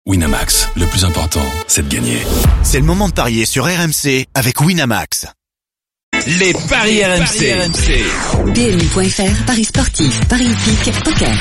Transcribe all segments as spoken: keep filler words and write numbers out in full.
Winamax, le plus important, c'est de gagner. C'est le moment de parier sur R M C avec Winamax. Les paris R M C. P M U point F R, paris sportifs, paris hippiques, poker.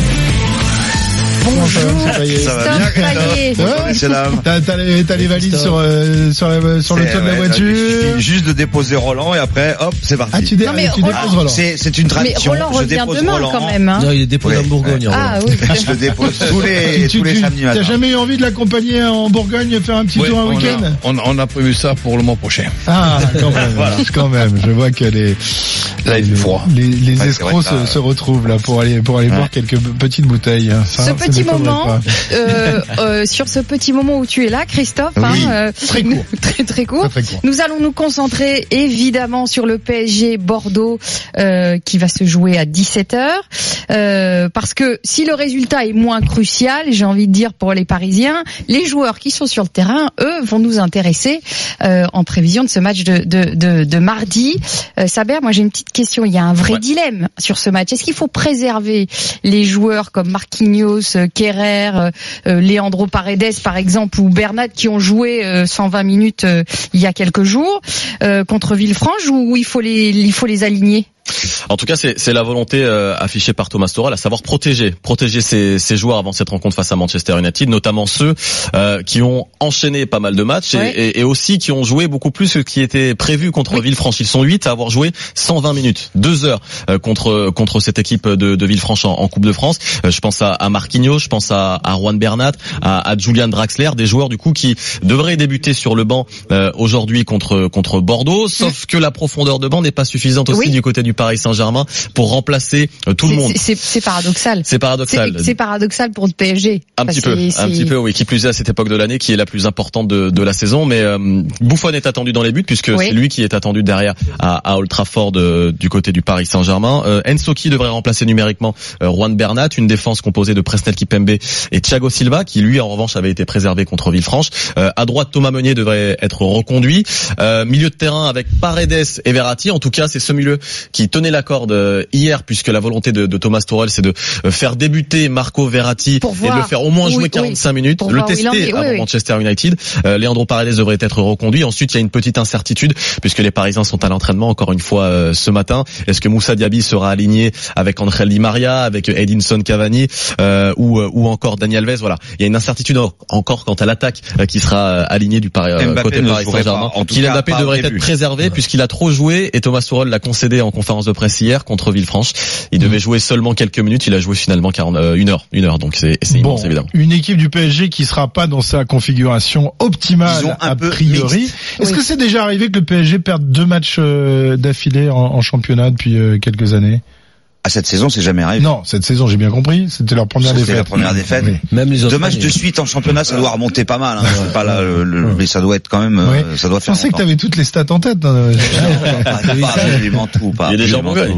Bonjour, ça va bien, Christophe. T'as, t'as, les, t'as les valises sur, euh, sur, la, sur le toit de la voiture. Il suffit juste de déposer Roland et après, hop, c'est parti. Ah, tu, dé- non, mais tu déposes Roland. C'est, c'est une tradition. Mais Roland je revient dépose demain Roland. quand même. Hein. Non, il est déposé oui. en Bourgogne. Ouais. Ah oui. Je le dépose tous les, tu, tous les tu, samedis matin. T'as jamais eu envie de l'accompagner en Bourgogne, faire un petit ouais, tour un on week-end a, on, on a prévu ça pour le mois prochain. Ah, quand même. voilà. Quand même. Je vois que les, là, il fait froid. Les, les ouais, escrocs vrai, se, se retrouvent là pour aller, pour aller ouais. boire quelques petites bouteilles. Ça, ce petit moment, euh, euh, sur ce petit moment où tu es là, Christophe, oui, hein, euh, très court, très très court. Très, très court. Nous allons nous concentrer évidemment sur le P S G Bordeaux euh, qui va se jouer à dix-sept heures, euh, parce que si le résultat est moins crucial, j'ai envie de dire pour les Parisiens, les joueurs qui sont sur le terrain, eux, vont nous intéresser euh, en prévision de ce match de de de, de mardi. Euh, Saber, moi j'ai une petite question. Il y a un vrai ouais. dilemme sur ce match. Est-ce qu'il faut préserver les joueurs comme Marquinhos, Kerrer, euh, Leandro Paredes par exemple, ou Bernat qui ont joué euh, cent vingt minutes euh, il y a quelques jours euh, contre Villefranche, ou il faut les il faut les aligner? En tout cas, c'est, c'est la volonté euh, affichée par Thomas Tuchel, à savoir protéger, protéger ses, ses joueurs avant cette rencontre face à Manchester United, notamment ceux euh, qui ont enchaîné pas mal de matchs ouais. et, et, et aussi qui ont joué beaucoup plus que ce qui était prévu contre oui. Villefranche. Ils sont huit à avoir joué cent vingt minutes, deux heures euh, contre contre cette équipe de, de Villefranche en, en Coupe de France. Euh, je pense à, à Marquinhos, je pense à, à Juan Bernat, à, à Julian Draxler, des joueurs du coup qui devraient débuter sur le banc euh, aujourd'hui contre contre Bordeaux. Sauf que la profondeur de banc n'est pas suffisante aussi oui. du côté du Paris Saint-Germain pour remplacer euh, tout c'est, le monde. C'est, c'est paradoxal. C'est paradoxal. C'est, c'est paradoxal pour le P S G. Un petit peu, c'est... un petit peu, oui. Qui plus est à cette époque de l'année, qui est la plus importante de, de la saison. Mais euh, Buffon est attendu dans les buts puisque oui. c'est lui qui est attendu derrière à, à Old Trafford euh, du côté du Paris Saint-Germain. Euh, Ensoki devrait remplacer numériquement euh, Juan Bernat, une défense composée de Presnel Kimpembe et Thiago Silva, qui lui en revanche avait été préservé contre Villefranche. Euh, à droite, Thomas Meunier devrait être reconduit. Euh, milieu de terrain avec Paredes et Verratti. En tout cas, c'est ce milieu qui tenait la corde hier, puisque la volonté de, de Thomas Tuchel, c'est de faire débuter Marco Verratti et de le faire au moins jouer oui, quarante-cinq oui. minutes, pour le tester est, avant oui, Manchester oui. United. Euh, Leandro Paredes devrait être reconduit. Ensuite, il y a une petite incertitude, puisque les Parisiens sont à l'entraînement encore une fois euh, ce matin. Est-ce que Moussa Diaby sera aligné avec Angel Di Maria, avec Edinson Cavani euh, ou, ou encore Dani Alves? Voilà, il y a une incertitude encore quant à l'attaque euh, qui sera alignée du Paris, euh, côté Paris Saint-Germain. Kylian Mbappé devrait être préservé ouais. puisqu'il a trop joué et Thomas Tuchel l'a concédé en conférence de presse hier contre Villefranche. Il devait jouer seulement quelques minutes, il a joué finalement quarante, euh, une heure, une heure, donc c'est, c'est bon, immense évidemment. Une équipe du P S G qui sera pas dans sa configuration optimale a priori. Mixte. Est-ce oui. que c'est déjà arrivé que le P S G perde deux matchs euh, d'affilée en, en championnat depuis euh, quelques années? À cette saison, c'est jamais arrivé. Non, cette saison, j'ai bien compris. C'était leur première C'était défaite. la première défaite. Oui. Même les autres. Deux matchs de suite en championnat, ça doit remonter pas mal. Hein. Ouais. C'est pas là, le, le, ouais. mais ça doit être quand même, ouais. euh, ça doit faire. Je pensais que t'avais toutes les stats en tête. Hein. pas, pas absolument tout. Pas Il y a des gens en Bourgogne.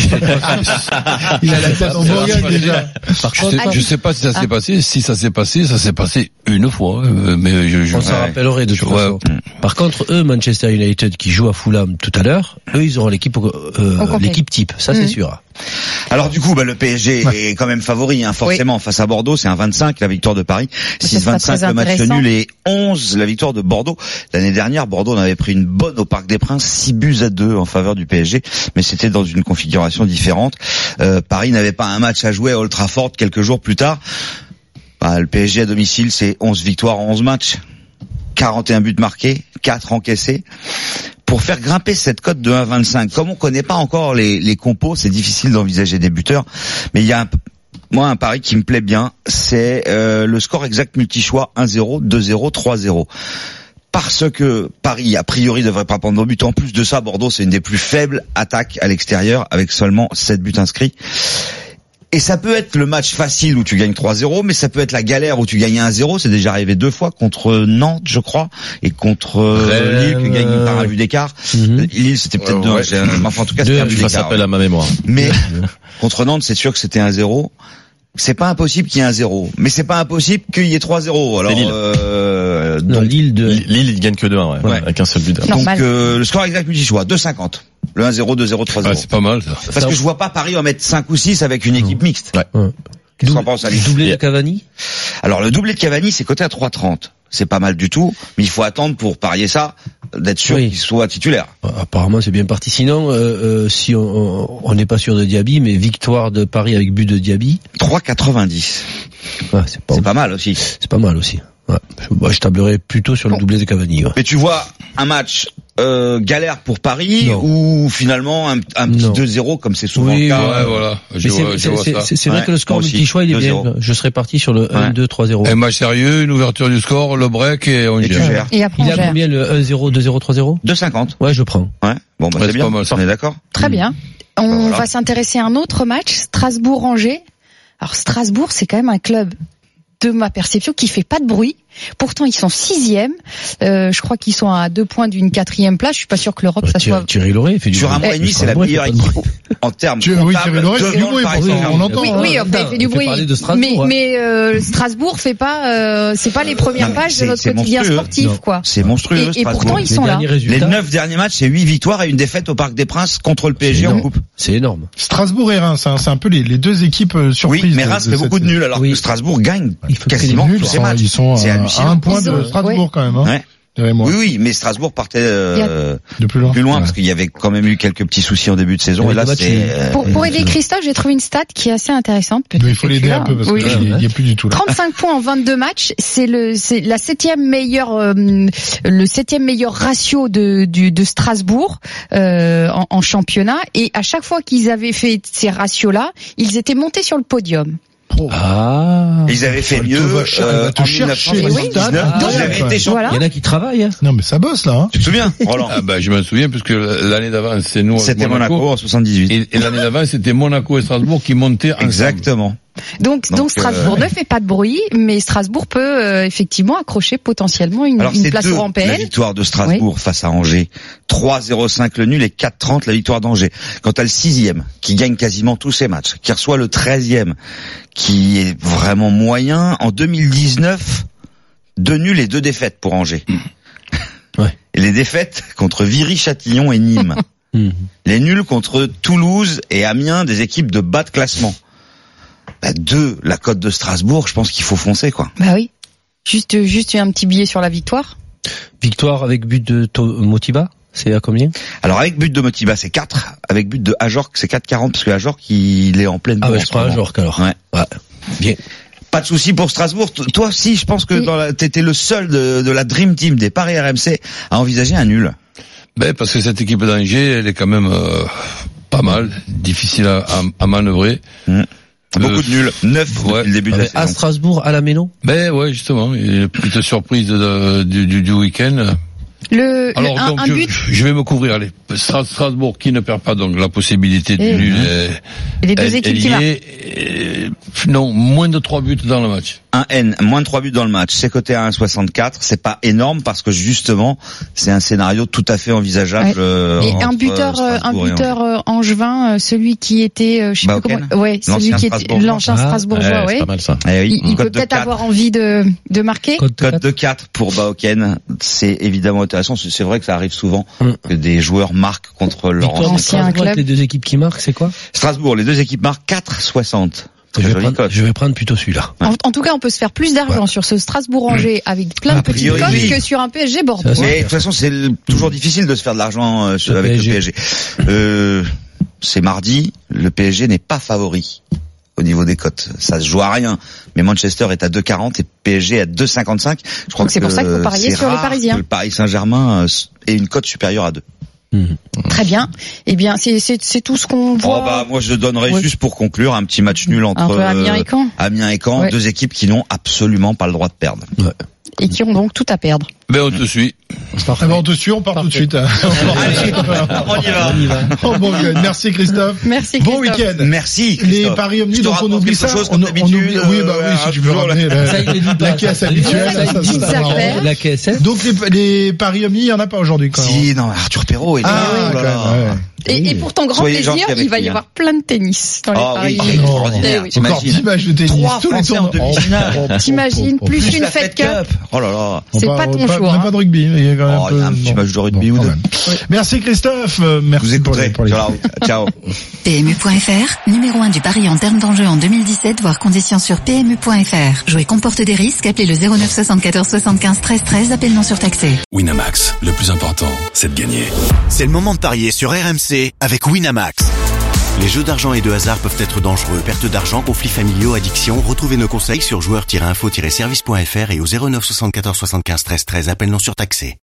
Il a la tête en Bourgogne déjà. Par contre, je sais, je sais pas si ça s'est passé. Si ça s'est passé, ça s'est passé une fois. Mais je, je on s'en ouais. rappellerait de toute façon. Par contre, eux, Manchester United qui joue à Fulham tout à l'heure, eux, ils auront l'équipe, euh, l'équipe type. Ça, c'est sûr. Alors du coup, bah, le P S G ouais. est quand même favori, hein, forcément, oui. face à Bordeaux. C'est un vingt-cinq, la victoire de Paris. six vingt-cinq, le match nul, et onze, la victoire de Bordeaux. L'année dernière, Bordeaux en avait pris une bonne au Parc des Princes, six buts à deux en faveur du P S G, mais c'était dans une configuration différente. Euh, Paris n'avait pas un match à jouer à Old Trafford quelques jours plus tard. Bah, le P S G à domicile, c'est onze victoires en onze matchs, quarante et un buts marqués, quatre encaissés. Pour faire grimper cette cote de un virgule vingt-cinq, comme on connaît pas encore les, les compos, c'est difficile d'envisager des buteurs, mais il y a un, moi un pari qui me plaît bien, c'est euh, le score exact multi-choix un zéro, deux zéro, trois zéro. Parce que Paris, a priori, devrait pas prendre de but. En plus de ça, Bordeaux, c'est une des plus faibles attaques à l'extérieur, avec seulement sept buts inscrits. Et ça peut être le match facile où tu gagnes trois zéro, mais ça peut être la galère où tu gagnes un zéro. C'est déjà arrivé deux fois contre Nantes, je crois, et contre euh, Lille, qui gagne par un but d'écart. Mm-hmm. Lille, c'était peut-être deux. Ouais. J'ai, enfin, en tout cas, c'était un but d'écart. Ça s'appelle à ma mémoire. Mais contre Nantes, c'est sûr que c'était un zéro. C'est pas impossible qu'il y ait un zéro, mais c'est pas impossible qu'il y ait trois zéro. Alors, Lille. Euh, non, donc, Lille, de... Lille, il gagne que deux un, ouais, ouais. avec un seul but. Donc, euh, le score exact multi-choix, deux cinquante. Le un zéro, deux zéro, trois zéro. Ouais, c'est pas mal, ça. Parce que je vois pas Paris en mettre cinq ou six avec une équipe mixte. Ouais. Ouais. Qu'est-ce qu'on pense, Ali? Doublé de Cavani? Alors, le doublé de Cavani, c'est coté à trois trente. C'est pas mal du tout, mais il faut attendre pour parier ça, d'être sûr oui. qu'il soit titulaire. Apparemment, c'est bien parti. Sinon, euh, euh, si on on n'est pas sûr de Diaby, mais victoire de Paris avec but de Diaby. trois quatre-vingt-dix. Ouais, c'est pas, c'est pas mal aussi. C'est pas mal aussi. Ouais. Moi, je tablerais plutôt sur le bon. doublé de Cavani. Ouais. Mais tu vois, un match euh, galère pour Paris non. ou finalement un, un petit non. deux zéro comme c'est souvent oui, le cas. Ouais, voilà. Je vois, je vois ça. C'est, c'est vrai ouais, que le score multi-choix, il est bien. Je serais parti sur le ouais. un deux trois zéro. Un match sérieux, une ouverture du score, le break et on et gère. Et après, il a combien le un zéro, deux zéro, trois zéro? deux cinquante. Ouais, je prends. Ouais. Bon, bah, ouais, c'est, c'est bien. Mal, on est d'accord? Très bien. On bah, voilà. va s'intéresser à un autre match, Strasbourg-Angers. Alors, Strasbourg, c'est quand même un club de ma perception qui fait pas de bruit. Pourtant, ils sont sixième. Euh, je crois qu'ils sont à deux points d'une quatrième place. Je suis pas sûr que l'Europe, bah, ça Thierry, soit. Thierry Lauré fait du Sur un mois et demi, c'est la meilleure équipe en termes comptables. Oui, Thierry Lauré fait du bruit. On entend. Oui, oui, il fait du bruit. Mais, mais euh, Strasbourg fait pas. Euh, c'est pas les premières pages de notre quotidien sportif, quoi. C'est monstrueux. Et pourtant, ils sont là. Les neuf derniers matchs, c'est huit victoires et une défaite au Parc des Princes contre le P S G en coupe. C'est énorme. Strasbourg et Reims, c'est un peu les deux équipes surprises. Oui, mais Reims fait beaucoup de nuls alors que Strasbourg gagne quasiment tous ses matchs. Ils sont à un point de Strasbourg quand même. Hein. Ouais. Oui, oui, mais Strasbourg partait euh, de plus loin, plus loin ouais. parce qu'il y avait quand même eu quelques petits soucis en début de saison. Et là, c'est euh, pour, pour aider Christophe, j'ai trouvé une stat qui est assez intéressante. Mais il faut l'aider un peu parce oui. qu'il n'y a plus du tout là. trente-cinq points en vingt-deux matchs, c'est le, c'est la septième meilleure, euh, le septième meilleur ratio de, du, de Strasbourg euh, en, en championnat. Et à chaque fois qu'ils avaient fait ces ratios-là, ils étaient montés sur le podium. Ah. Ils avaient fait mieux euh, en mille neuf cent soixante-dix-neuf. Ah, ils avaient été champions. Il y en a qui travaillent. Hein. Non mais ça bosse là. Hein. Tu te souviens, Roland? Ah bah je me souviens puisque l'année d'avant c'est nous. C'était Monaco, Monaco en soixante-dix-huit. Et, et l'année d'avant c'était Monaco et Strasbourg qui montaient ensemble. Exactement. Donc, donc, donc Strasbourg euh, ne fait pas de bruit, mais Strasbourg peut euh, effectivement accrocher potentiellement une, Alors, une place deux, européenne. La victoire de Strasbourg oui. face à Angers, trois zéro cinq le nul et quatre trente la victoire d'Angers. Quant à le sixième, qui gagne quasiment tous ses matchs, qui reçoit le treizième, qui est vraiment moyen, en deux mille dix-neuf, deux nuls et deux défaites pour Angers. Ouais. Et les défaites contre Viry-Châtillon et Nîmes. Les nuls contre Toulouse et Amiens, des équipes de bas de classement. Bah, deux, la cote de Strasbourg, je pense qu'il faut foncer, quoi. Bah oui. Juste, juste un petit billet sur la victoire. Victoire avec but de Motiba, c'est à combien? Alors, avec but de Motiba, c'est quatre. Avec but de Ajorc, c'est quatre quarante, parce que Ajorc, il est en pleine bourse. Ah ouais, je prends Ajorc, alors. Ouais. Ouais. Bien. Pas de souci pour Strasbourg. Toi aussi, je pense que oui. dans la, t'étais le seul de, de la Dream Team des Paris R M C à envisager un nul. Ben, parce que cette équipe d'Angers, elle est quand même, euh, pas mal, difficile à, à, à manœuvrer. Mmh. Beaucoup de nuls, neuf ouais. depuis le début de la saison. À Strasbourg, à la Méno. Ben ouais, justement, il y a une petite surprise de, de, du, du, du week-end. Le, Alors le, un, donc un je, but... je vais me couvrir. Allez, Strasbourg qui ne perd pas donc la possibilité de nul. Et les deux elle, équipes qui marquent. Non, moins de trois buts dans le match. Un N, moins de trois buts dans le match. C'est coté à un virgule soixante-quatre. C'est pas énorme parce que justement, c'est un scénario tout à fait envisageable. Ouais. Euh, et un buteur, un buteur euh, angevin, celui qui était, euh, je sais pas comment, ouais, celui qui était l'ancien Strasbourgeois, ah, ouais. C'est pas mal ça. Eh oui, il, il peut peut-être avoir envie de de marquer. Code de quatre pour Baoken, c'est évidemment intéressant. C'est vrai que ça arrive souvent mm. que des joueurs marquent contre leur ancien club. Les deux équipes qui marquent, c'est quoi? Strasbourg, les deux équipes marquent quatre soixante. Je vais, prendre, je vais prendre plutôt celui-là. En, en tout cas, on peut se faire plus d'argent ouais. sur ce Strasbourg-Angers avec plein de petites cotes oui. que sur un P S G Bordeaux. Mais de toute façon, c'est toujours difficile de se faire de l'argent euh, avec P S G. Le P S G. Euh, c'est mardi, le P S G n'est pas favori au niveau des cotes. Ça se joue à rien. Mais Manchester est à deux quarante et P S G à deux cinquante-cinq. Je crois Donc que c'est pour ça qu'il faut parier sur les Parisiens. Que le Paris Saint-Germain ait une cote supérieure à deux. Mmh. Très bien. Eh bien, c'est c'est c'est tout ce qu'on voit. Oh bah moi je donnerais ouais. juste pour conclure un petit match nul entre, entre Amiens et Caen. Amiens et Caen, ouais. deux équipes qui n'ont absolument pas le droit de perdre. Ouais. Et qui ont donc tout à perdre. Ben on te suit. Ah ben on te suit, on part Parfait. tout de suite. Allez, on y va. On y va. Oh, bon, merci Christophe. Merci Christophe. Bon week-end. Merci Christophe. Les paris omni, donc on oublie ça. Chose on, on oublie. Oui, bah oui, si tu veux ramener la, la caisse habituelle. La caisse. Donc les, les paris omni, il y en a pas aujourd'hui quand même. Si, non, Arthur Perrault. Ah, oh là là. Et, et pour ton grand Soyez plaisir, il va y hein. avoir plein de tennis dans les oh, paris. Oui, extraordinaire. Oui. Encore dix matchs de tennis. Trois Français en demi-finale. T'imagines, plus, plus une Fed Cup. Cup. Oh là là. C'est pas, pas ton pas, choix. Même pas de rugby. Il y a quand même oh, un, peu, un petit bon. match de rugby bon, ou deux. Oui. Merci Christophe. Merci Vous écouterez pour les, pour les... Ciao. P M U point F R, numéro un du pari en termes d'enjeux en deux mille dix-sept, voire conditions sur P M U point F R. Jouer comporte des risques. Appelez le zéro neuf soixante-quatorze soixante-quinze treize treize. Appel non surtaxé. Winamax, le plus important, c'est de gagner. C'est le moment de parier sur R M C avec Winamax. Les jeux d'argent et de hasard peuvent être dangereux. Perte d'argent, conflits familiaux, addiction. Retrouvez nos conseils sur joueurs tiret info tiret service point F R et au zéro neuf soixante-quatorze soixante-quinze treize treize. Appel non surtaxé.